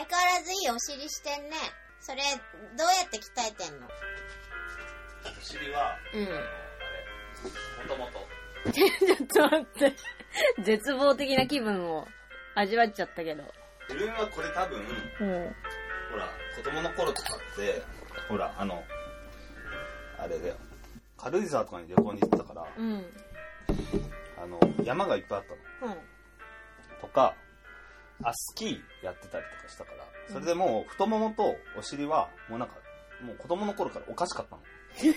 変わらずいいお尻してんね。それどうやって鍛えてんの？ お尻は、 うん。 もともと。 ちょっと待って。絶望的な気分を味わっちゃったけど。 自分はこれ多分、ほら、子供の頃とかって、ほら、あれだよ。軽井沢とかに旅行に行ってたから、 うん。 山がいっぱいあったの。 うん。 とか、スキーやってたりとかしたから、それでもう太ももとお尻は、もうなんか、もう子供の頃からおかしかったの。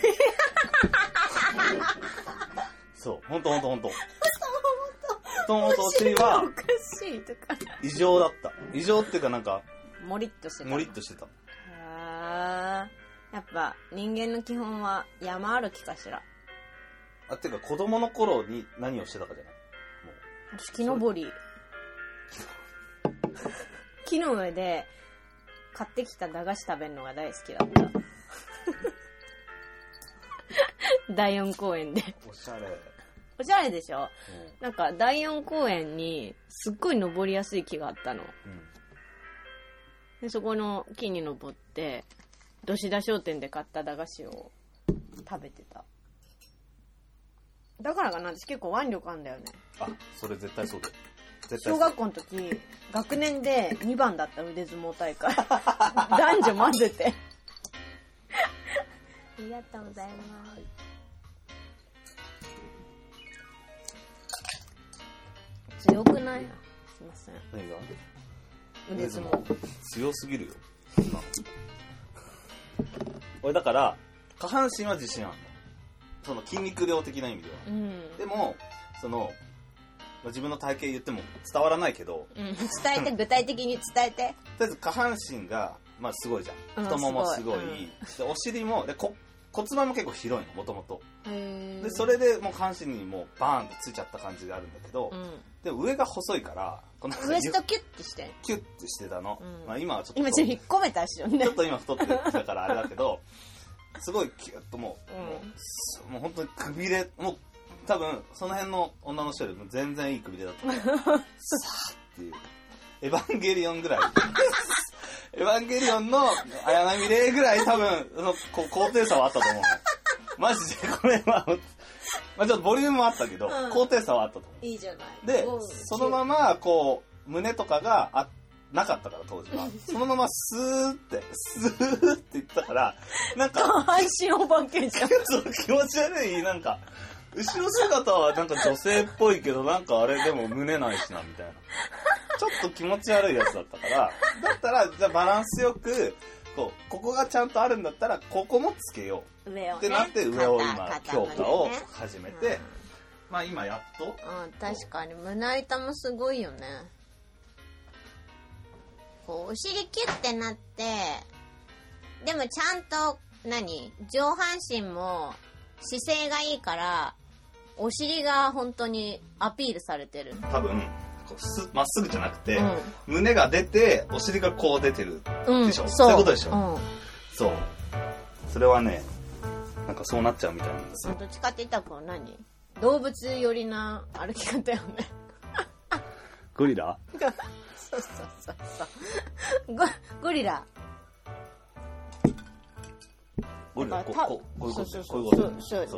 そう、ほんと。太ももとお尻は、 おかしいとか。 異常だった。異常っていうかなんか、 もりっとしてた。 もりっとしてた。 やっぱ人間の基本は山歩きかしら。 っていうか子供の頃に何をしてたかじゃない？ 木登り。木の上で買ってきた駄菓子食べるのが大好きだった。第4公園で。 おしゃれ。 おしゃれでしょ、なんか第4公園にすっごい登りやすい木があったの。でそこの木に登って、どしだ商店で買った駄菓子を食べてた。だからかな、私結構腕力あんだよね。 あ、それ絶対そうだよ。 小学校の時、学年で2番だった腕相撲大会。男女混ぜて。ありがとうございます。はい、強くないな。すいません。 何が？ 腕相撲。 強すぎるよ。俺だから、下半身は自信あるの。その筋肉量的な意味では。でも、自分の体型言っても伝わらないけど、 伝えて、具体的に伝えて。 とりあえず下半身が、すごいじゃん。太ももすごい。でお尻も、で骨盤も結構広いの、もともと。で、それでもう下半身にもうバーンとついちゃった感じがあるんだけど、でも上が細いから、 ウエストキュッてして。 キュッてしてたの。今はちょっと。 今ちょっと引っ込めたっしょね。 ちょっと今太ってたからあれだけど、すごいキュッともう本当にくびれ、もう多分その辺の女の人よりも全然いいくびれだったさーっていうエヴァンゲリオンぐらいエヴァンゲリオンの綾波レイぐらい多分高低差はあったと思う。マジでこれはちょっとボリュームはあったけど、高低差はあったと思う。 いいじゃない。 でそのまま胸とかがなかったから当時は。そのままスーっていったから、なんか下半身お化けじゃん。 気持ち悪い、なんか後ろ姿はなんか女性っぽいけど、なんかあれでも胸ないしなみたいな、ちょっと気持ち悪いやつだったから、だったらじゃあバランスよくここがちゃんとあるんだったらここもつけようってなって上を今強化を始めて、今やっと。 確かに胸板もすごいよね。お尻キュッてなって、でもちゃんと上半身も姿勢がいいから、お尻が本当にアピールされてる。 多分まっすぐじゃなくて、胸が出てお尻がこう出てるでしょ、そういうことでしょ、そう。それはね、なんかそうなっちゃうみたいなんですよ。 どっちかって言ったら動物寄りな歩き方よね。 ゴリラ？ そうゴリラ。 ゴリラこういうこと。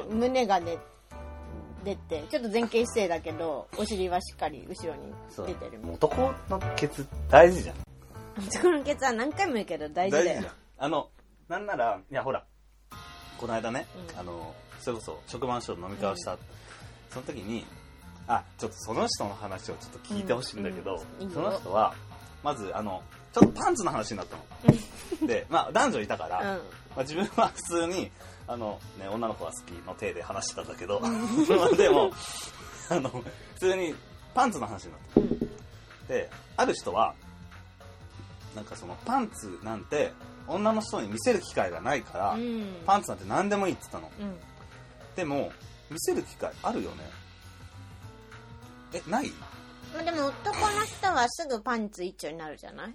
胸が出て、ちょっと前傾姿勢だけどお尻はしっかり後ろに出てる。 男のケツ大事じゃん。 男のケツは何回も言うけど大事だよ。 なんなら、いやほら、この間ね、それこそ職場の人と飲み会をした、その時にちょっとその人の話をちょっと聞いてほしいんだけど、その人はまずちょっとパンツの話になったの。で、男女いたから、自分は普通に女の子が好きの体で話してたんだけど、でも普通にパンツの話になった。で、ある人はなんかパンツなんて女の人に見せる機会がないから、パンツなんて何でもいいって言ったの。でも見せる機会あるよね。ない？ でも男の人はすぐパンツ一丁になるじゃない？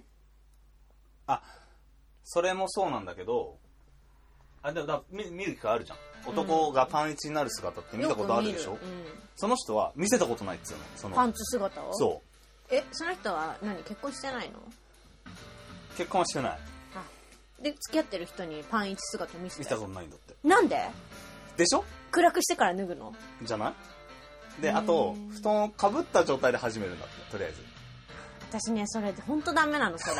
それもそうなんだけど、でも見る機会あるじゃん。男がパン一になる姿って見たことあるでしょ？その人は見せたことないっつうの。 パンツ姿を？ そう。 その人は結婚してないの？ 結婚はしてない。 で、付き合ってる人にパン一姿見せて。 見たことないんだって。 なんで？ でしょ？ 暗くしてから脱ぐの？ じゃない？で、あと、布団をかぶった状態で始めるんだって、とりあえず。 私ね、それほんとダメなの、それ。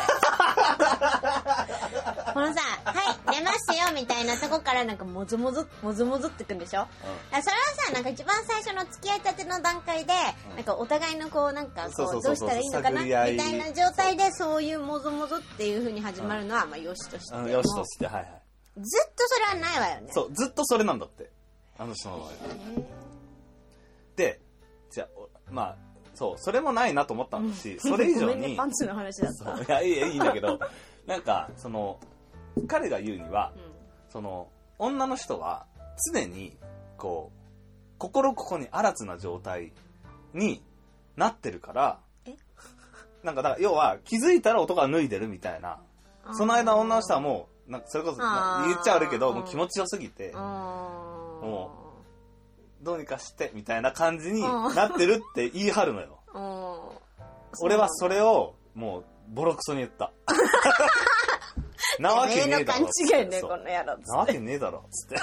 このさ、はい、寝ますよ、みたいなとこからなんかもずもずってくんでしょ、それはさ、なんか一番最初の付き合いたての段階で、なんかお互いのこう、なんかこう、どうしたらいいのかなみたいな状態で、そういうもずもずっていう風に始まるのは、まあ、よしとして。 よしとして、はいはい。 ずっとそれはないわよね。 そう、ずっとそれなんだって。あの人の場合は。で、じゃあ、まあ、そう、それもないなと思ったんだし、それ以上に。 ごめんね、パンツの話だった。 いや、いいんだけど、なんか、その、彼が言うには、その、女の人は常に、こう、心ここにあらずな状態になってるから、なんか、だから要は気づいたら男が脱いでるみたいな、その間女の人はもう、なんかそれこそ、言っちゃ悪いけど、もう気持ちよすぎて、もう、どうにかしてみたいな感じになってるって言い張るのよ。俺はそれをもうボロクソに言った。なわけねえだろ。 勘違いね、この野郎。 なわけねえだろ。つって。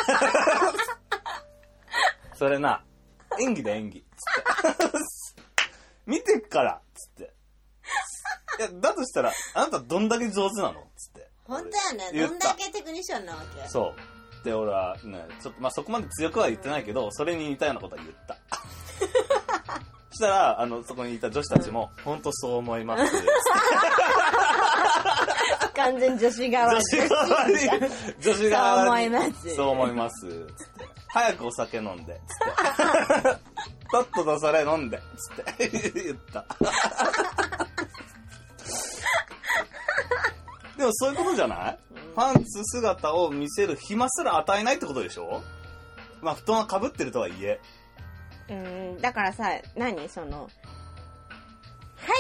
それな、演技だ演技。つって。見てっから。つって。いや、だとしたら、あなたどんだけ上手なのつって。 本当やね。どんだけテクニシャンなわけ。 そう。で、俺はね、ちょっと、まあ、そこまで強くは言ってないけど、それに似たようなことは言った。そしたら、そこにいた女子たちも、本当そう思います。 完全女子側。 女子側に。 そう思います。 そう思います。つって。早くお酒飲んで。つって。とっととそれ飲んで。つって言った。でもそういうことじゃない？パンツ姿を見せる暇すら与えないってことでしょ？まあ布団は被ってるとはいえ。 だからさ、その、はい、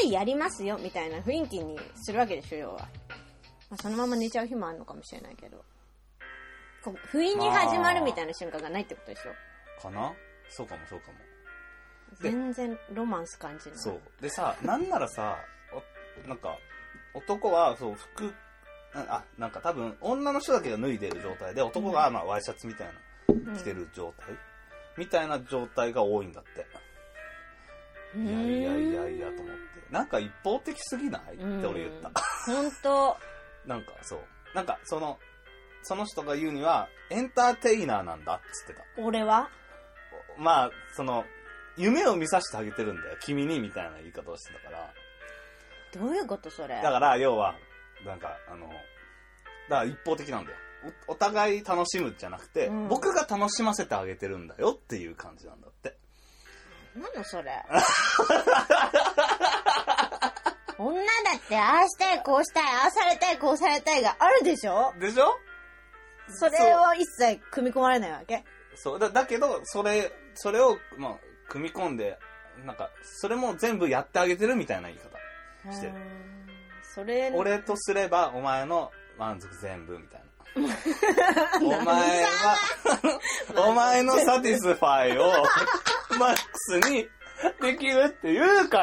やりますよ、みたいな雰囲気にするわけでしょ、要は。まあ、そのまま寝ちゃう日もあるのかもしれないけど。こう不意に始まるみたいな瞬間がないってことでしょ。 かな？そうかもそうかも。 全然ロマンス感じない。 そう。でさ、なんならさ、なんか、男は、そう、なんか多分、女の人だけが脱いでる状態で、男がまあワイシャツみたいな、着てる状態、みたいな状態が多いんだって。いやと思って。なんか一方的すぎないって俺言った。 ほんと。 なんかそう。なんかその人が言うには、エンターテイナーなんだっつってた。 俺は？ まあ、夢を見させてあげてるんだよ。君にみたいな言い方をしてたから。 どういうことそれ？ だから、要は、なんか、だから一方的なんだよ。お互い楽しむじゃなくて、僕が楽しませてあげてるんだよっていう感じなんだって。 何のそれ？女だってああしたい、こうしたい、ああされたい、こうされたいがあるでしょ？ でしょ？ それを一切組み込まれないわけ？ そう。だけど、それを、まあ、組み込んで、なんか、それも全部やってあげてるみたいな言い方してる。俺とすれば、お前の満足全部みたいな。お前のサティスファイをマックスにできるって言うから、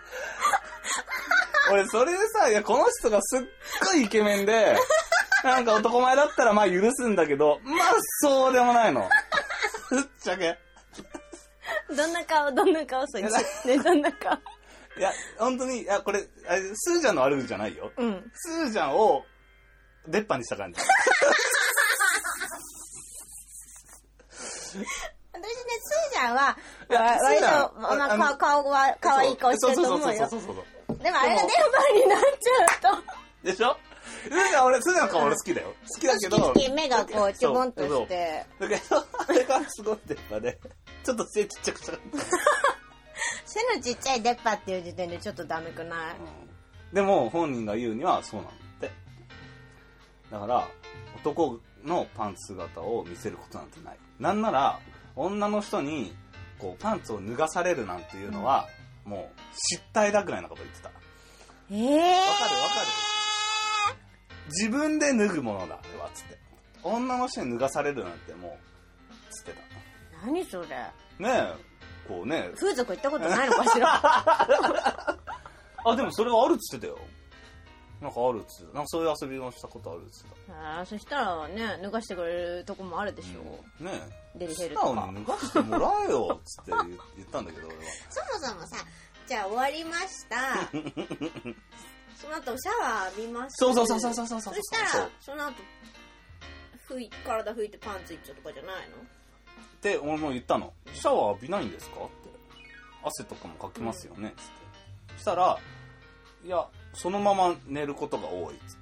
俺それでさ、いやこの人がすっごいイケメンで、なんか男前だったらまあ許すんだけど、まあそうでもないの。ぶっちゃけ。 どんな顔そいつ。ね、どんな顔。 いや、本当に、いや、これ、スージャンの悪口じゃないよ。スージャンを、出っ歯にした感じ。 私ね、スージャンは、割と、顔は可愛い顔してると思うよ。でもあれが出っ歯になっちゃうと。 でしょ？スージャンの顔俺好きだよ。好きだけど。 目がこう、ちょぼんとして。 だけど、あれがすごい出っ歯で、ちょっと背ちっちゃくした。 背のちっちゃい出っ歯っていう時点でちょっとダメくない？ でも、本人が言うにはそうなんだって。だから、男のパンツ姿を見せることなんてない。なんなら、女の人に、こう、パンツを脱がされるなんていうのは、もう、失態だぐらいなこと言ってた。わかる？自分で脱ぐものだ、あれは、つって。女の人に脱がされるなんてもう、つってた。 何それ？ ねえ、こうね。 風俗行ったことないのかしら？ あ、でもそれがあるっつってたよ。 なんかあるっつってなんかそういう遊びをしたことあるっつってそしたらね脱がしてくれるとこもあるでしょう、 ねえデリヘルとか素直に脱がしてもらえよっつって言ったんだけど俺はそもそもさ、じゃあ終わりましたその後シャワー浴びます。 そうそしたらその後体拭いてパンツ一丁とかじゃないのって俺も言ったの。シャワー浴びないんですかって。汗とかもかきますよね、つって。したら、いや、そのまま寝ることが多い、つって。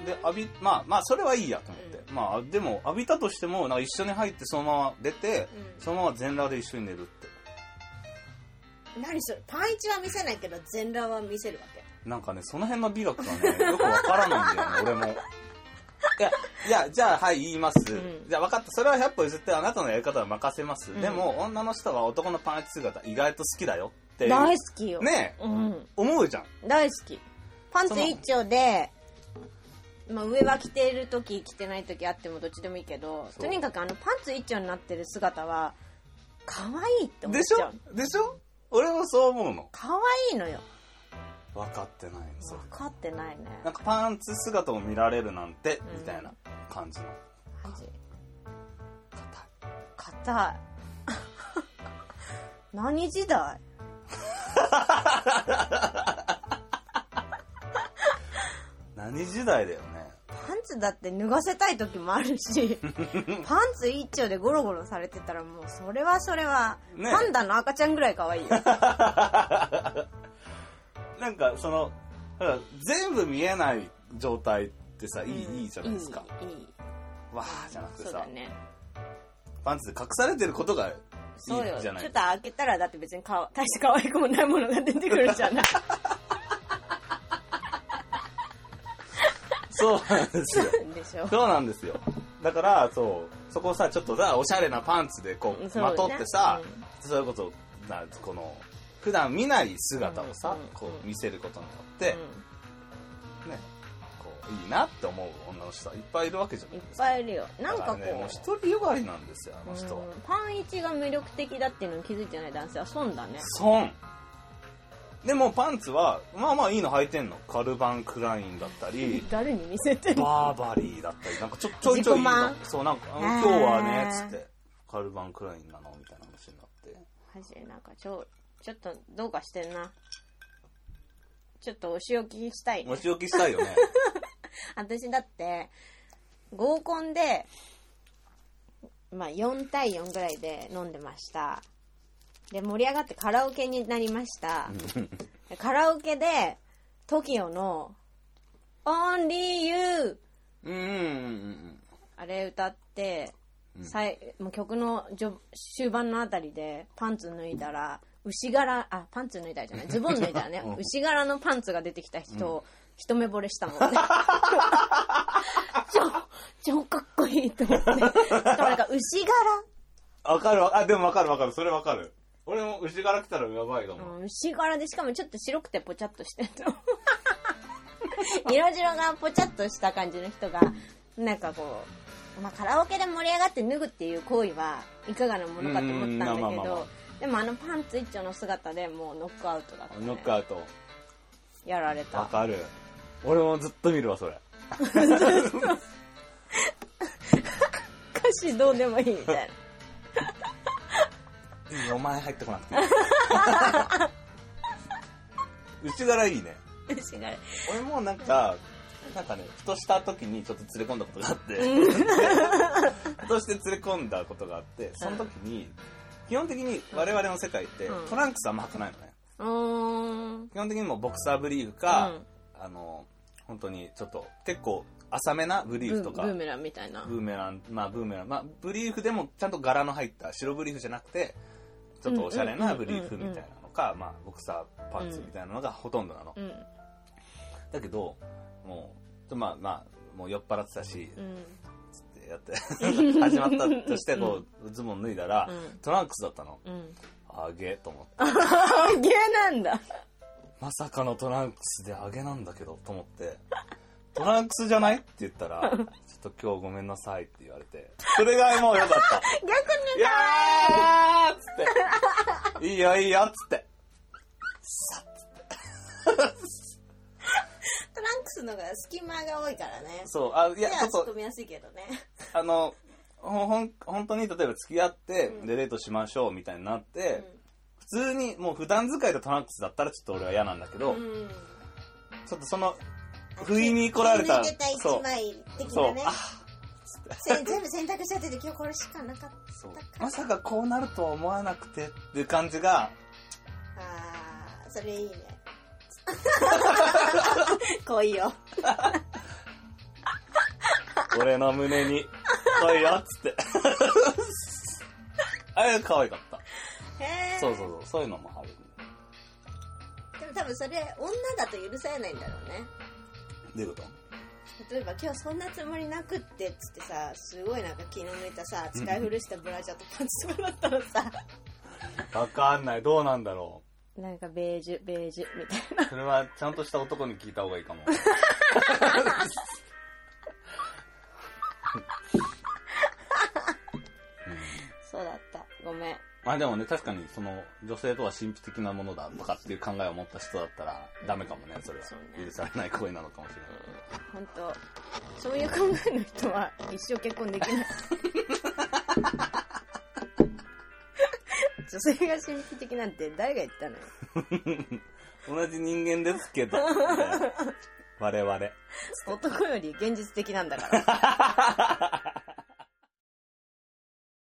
で、まあ、それはいいやと思って。まあ、でも、浴びたとしても、なんか一緒に入ってそのまま出て、そのまま全裸で一緒に寝るって。 何それパンイチは見せないけど、全裸は見せるわけ。 なんかね、その辺の美学がね、よくわからないんだよね、俺も。いや、じゃあ、はい、言います。じゃあ、分かった。それは100歩譲ってあなたのやり方は任せます。でも、女の人は男のパンチ姿意外と好きだよっていう。 大好きよ。 ねえ、思うじゃん。 大好き。パンツ一丁で、まあ、上は着ている時着てない時あってもどっちでもいいけど、とにかくパンツ一丁になってる姿は、可愛いって思っちゃう。 でしょ俺もそう思うの。 可愛いのよ。 分かってないんですよ。 分かってないね。 なんかパンツ姿を見られるなんて、みたいな感じの。 マジ硬い。何時代何時代だよね。 パンツだって脱がせたい時もあるし、パンツ一丁でゴロゴロされてたらもうそれは、ね、パンダの赤ちゃんぐらい可愛いよ。 なんか全部見えない状態ってさ、いいじゃないですか。いいわーじゃなくてさ、 そうだね、 パンツで隠されてることがいいじゃない。 そうよ。ちょっと開けたらだって別に大して可愛くもないものが出てくるじゃない。 そうなんですよ。 でしょ。 そうなんですよ。だからそこをさちょっとさおしゃれなパンツでこうまとってさ、そういうことこの普段見ない姿をさ、こう見せることによって、ね、こういいなって思う女の人はいっぱいいるわけじゃないですか。 いっぱいいるよ。なんかこう、 ね、もう独りよがりなんですよ、あの人は。 パンイチが魅力的だっていうのに気づいてない男性は損だね。 損。でもパンツはまあまあいいの履いてんの。カルバンクラインだったり、 誰に見せてんの？ バーバリーだったり、なんかちょいちょいいいの。そうなんか今日はねつってカルバンクラインなのみたいな話になって。 マジでなんかちょっとどうかしてんな。ちょっとお仕置きしたい、ね。 お仕置きしたいよね。 私だって合コンでまあ4対4ぐらいで飲んでました。で盛り上がってカラオケになりました。カラオケで TOKIO の Only You あれ歌って、もう曲の終盤のあたりでパンツ脱いだらパンツ脱いだじゃないズボン脱いだらね牛柄のパンツが出てきた人を一目惚れしたもんね。超かっこいいと思って。しかもなんか牛柄。 わかるでもわかるそれわかる。俺も牛柄来たらやばいかも。 牛柄でしかもちょっと白くてポチャっとしてるの。色白がポチャっとした感じの人がなんかこう、まあ、カラオケで盛り上がって脱ぐっていう行為はいかがなものかと思ったんだけど、でもパンツ一丁の姿でもうノックアウトだった、ね、 ノックアウトやられた。 わかる。俺もずっと見るわそれ。 歌詞どうでもいいみたいな。 いいお前入ってこなくていい。内柄いいね。 内柄。 俺もなんかね、ふとした時にちょっと連れ込んだことがあって、ふとして連れ込んだことがあって、その時に、基本的に我々の世界ってトランクスあんま履かないのね。基本的にもボクサーブリーフか、本当にちょっと結構浅めなブリーフとか。 ブーメランみたいな。 ブーメラン。まあブリーフでもちゃんと柄の入った白ブリーフじゃなくて、ちょっとおしゃれなブリーフみたいなのか、まあボクサーパンツみたいなのがほとんどなの。だけど、もう酔っ払ってたし、つってやって始まったとしてこうズボン脱いだら、トランクスだったの。あげと思って。 あげなんだ。 まさかのトランクスであげなんだけどと思って、トランクスじゃないって言ったら、ちょっと今日ごめんなさいって言われて、それがもうよかった。 逆にいやーっつって、いいよっつって、さっつって。 のが隙間が多いからね。 そう、いや、 手は突っ込みやすいけどね。 本当に例えば付き合って、で、デートしましょうみたいになって、普通に、もう普段使いでトランクスだったらちょっと俺は嫌なんだけど、ちょっとその、不意に来られた。 抜けた一枚的なね。全部洗濯しちゃってて今日これしかなかった。 まさかこうなるとは思わなくてっていう感じが。 それいいね。来いよ。 俺の胸に来いよっつって。あれ可愛かった。そういうのもある。 でも多分それ女だと許されないんだろうね。 どういうこと？ 例えば今日そんなつもりなくってっつってさ、すごいなんか気の抜いたさ、使い古したブラジャーとパンツとかだったらさ。 わかんない。どうなんだろう。なんかベージュみたいな。 それはちゃんとした男に聞いた方がいいかも。 そうだった。ごめん。 でもね、確かにその女性とは神秘的なものだとかっていう考えを持った人だったらダメかもね、それは。許されない行為なのかもしれない。 本当、そういう考えの人は一生結婚できない。女性が神秘的なんて誰が言ったのよ。 同じ人間ですけど、我々。 男より現実的なんだから。